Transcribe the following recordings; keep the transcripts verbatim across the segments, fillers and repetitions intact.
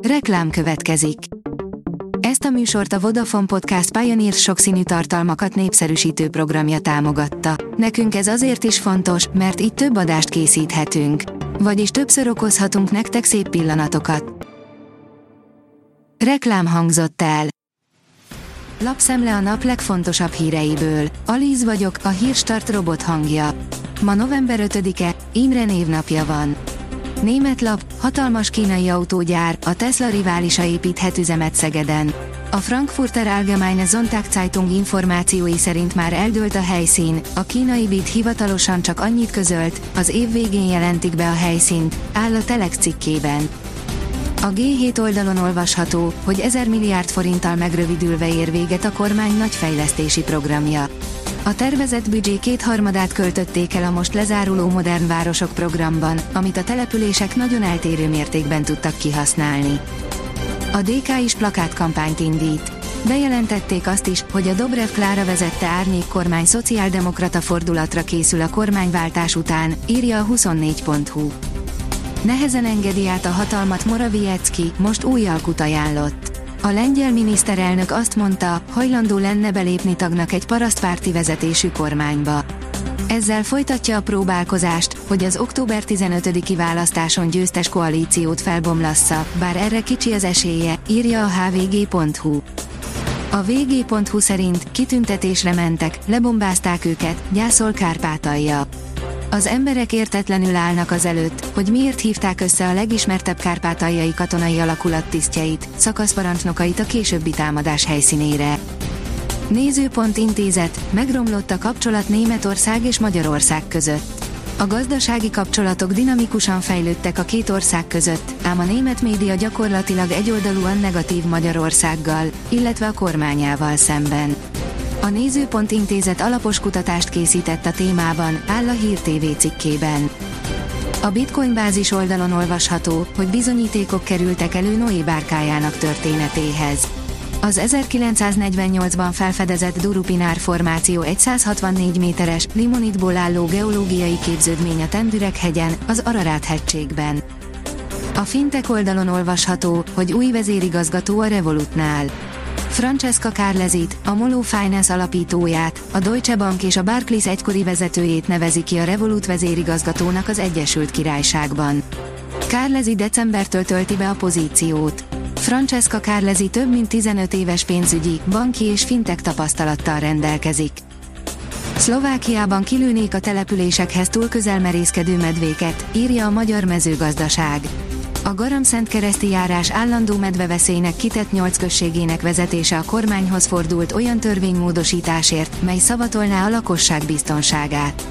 Reklám következik. Ezt a műsort a Vodafone Podcast Pioneer sokszínű tartalmakat népszerűsítő programja támogatta. Nekünk ez azért is fontos, mert így több adást készíthetünk. Vagyis többször okozhatunk nektek szép pillanatokat. Reklám hangzott el. Lapszemle a nap legfontosabb híreiből. Alíz vagyok, a Hírstart robot hangja. Ma november ötödike, Imre névnapja van. Német lap, hatalmas kínai autógyár, a Tesla riválisa építhet üzemet Szegeden. A Frankfurter Allgemeine Sonntagszeitung információi szerint már eldőlt a helyszín, a kínai bé i té hivatalosan csak annyit közölt, az év végén jelentik be a helyszínt, áll a Telex cikkében. A gé hét oldalon olvasható, hogy ezer milliárd forinttal megrövidülve ér véget a kormány nagy fejlesztési programja. A tervezett büdzsé kétharmadát költötték el a most lezáruló Modern Városok programban, amit a települések nagyon eltérő mértékben tudtak kihasználni. A dé ká is plakátkampányt indít. Bejelentették azt is, hogy a Dobrev Klára vezette árnyékkormány szociáldemokrata fordulatra készül a kormányváltás után, írja a huszonnégy pont hu. Nehezen engedi át a hatalmat Morawiecki, most új alkut ajánlott. A lengyel miniszterelnök azt mondta, hajlandó lenne belépni tagnak egy parasztpárti vezetésű kormányba. Ezzel folytatja a próbálkozást, hogy az október tizenötödiki választáson győztes koalíciót felbomlassza, bár erre kicsi az esélye, írja a há vé gé pont hu. A vé gé pont hu szerint kitüntetésre mentek, lebombázták őket, gyászol Kárpátalja. Az emberek értetlenül állnak azelőtt, hogy miért hívták össze a legismertebb kárpátaljai katonai alakulat tisztjeit, szakaszparancsnokait a későbbi támadás helyszínére. Nézőpont intézet, megromlott a kapcsolat Németország és Magyarország között. A gazdasági kapcsolatok dinamikusan fejlődtek a két ország között, ám a német média gyakorlatilag egyoldalúan negatív Magyarországgal, illetve a kormányával szemben. A Nézőpont intézet alapos kutatást készített a témában, áll a Hír té vé cikkében. A Bitcoin bázis oldalon olvasható, hogy bizonyítékok kerültek elő Noé bárkájának történetéhez. Az ezerkilencszáznegyvennyolcban felfedezett Durupinár formáció egy százhatvannégy méteres, limonitból álló geológiai képződmény a Tendürek-hegyen, az Ararat-hegységben. A Fintech oldalon olvasható, hogy új vezérigazgató a Revolutnál. Francesca Carlesit, a Molo Finance alapítóját, a Deutsche Bank és a Barclays egykori vezetőjét nevezi ki a Revolut vezérigazgatónak az Egyesült Királyságban. Carlesi decembertől tölti be a pozíciót. Francesca Carlesi több mint tizenöt éves pénzügyi, banki és fintech tapasztalattal rendelkezik. Szlovákiában kilőnék a településekhez túl közel merészkedő medvéket, írja a Magyar Mezőgazdaság. A Garamszentkereszti járás állandó medveveszélynek kitett nyolc községének vezetése a kormányhoz fordult olyan törvénymódosításért, mely szavatolná a lakosság biztonságát.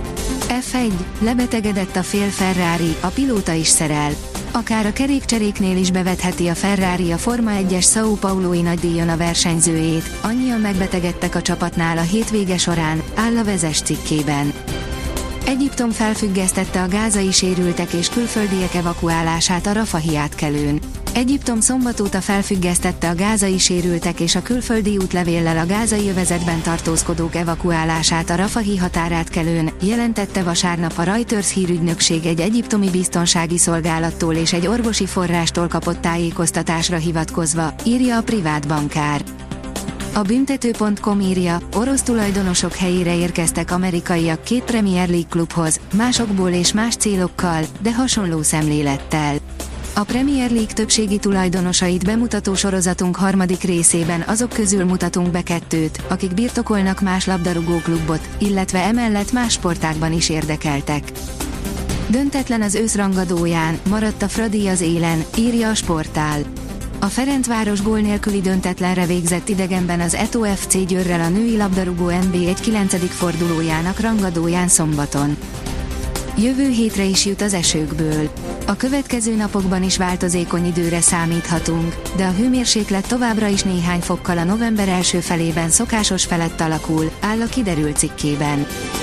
ef egy. Lebetegedett a fél Ferrari, a pilóta is szerel. Akár a kerékcseréknél is bevetheti a Ferrari a Forma egyes São Paulo-i nagydíjon a versenyzőjét, annyian megbetegedtek a csapatnál a hétvége során, áll a Vezes cikkében. Egyiptom felfüggesztette a gázai sérültek és külföldiek evakuálását a Rafahi átkelőn. Egyiptom szombat óta felfüggesztette a gázai sérültek és a külföldi útlevéllel a gázai övezetben tartózkodók evakuálását a Rafahi határátkelőn, jelentette vasárnap a Reuters hírügynökség egy egyiptomi biztonsági szolgálattól és egy orvosi forrástól kapott tájékoztatásra hivatkozva, írja a privát bankár. A büntető pont com írja, orosz tulajdonosok helyére érkeztek amerikaiak két Premier League klubhoz, másokból és más célokkal, de hasonló szemlélettel. A Premier League többségi tulajdonosait bemutató sorozatunk harmadik részében azok közül mutatunk be kettőt, akik birtokolnak más labdarúgó klubot, illetve emellett más sportágban is érdekeltek. Döntetlen az ősz rangadóján, maradt a Fradi az élen, írja a Sportál. A Ferencváros gól nélküli döntetlenre végzett idegenben az Eto ef cé Győrrel a női labdarúgó en bé egy kilencedik fordulójának rangadóján szombaton. Jövő hétre is jut az esőkből. A következő napokban is változékony időre számíthatunk, de a hőmérséklet továbbra is néhány fokkal a november első felében szokásos felett alakul, áll a Kiderült cikkében.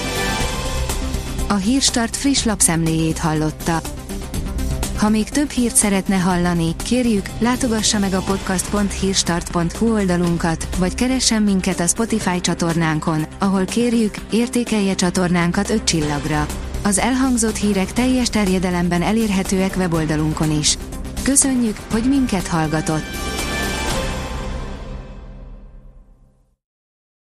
A Hírstart friss lapszemléjét hallotta. Ha még több hírt szeretne hallani, kérjük, látogassa meg a podcast pont hírstart pont hu oldalunkat, vagy keressen minket a Spotify csatornánkon, ahol kérjük, értékelje csatornánkat öt csillagra. Az elhangzott hírek teljes terjedelemben elérhetőek weboldalunkon is. Köszönjük, hogy minket hallgatott!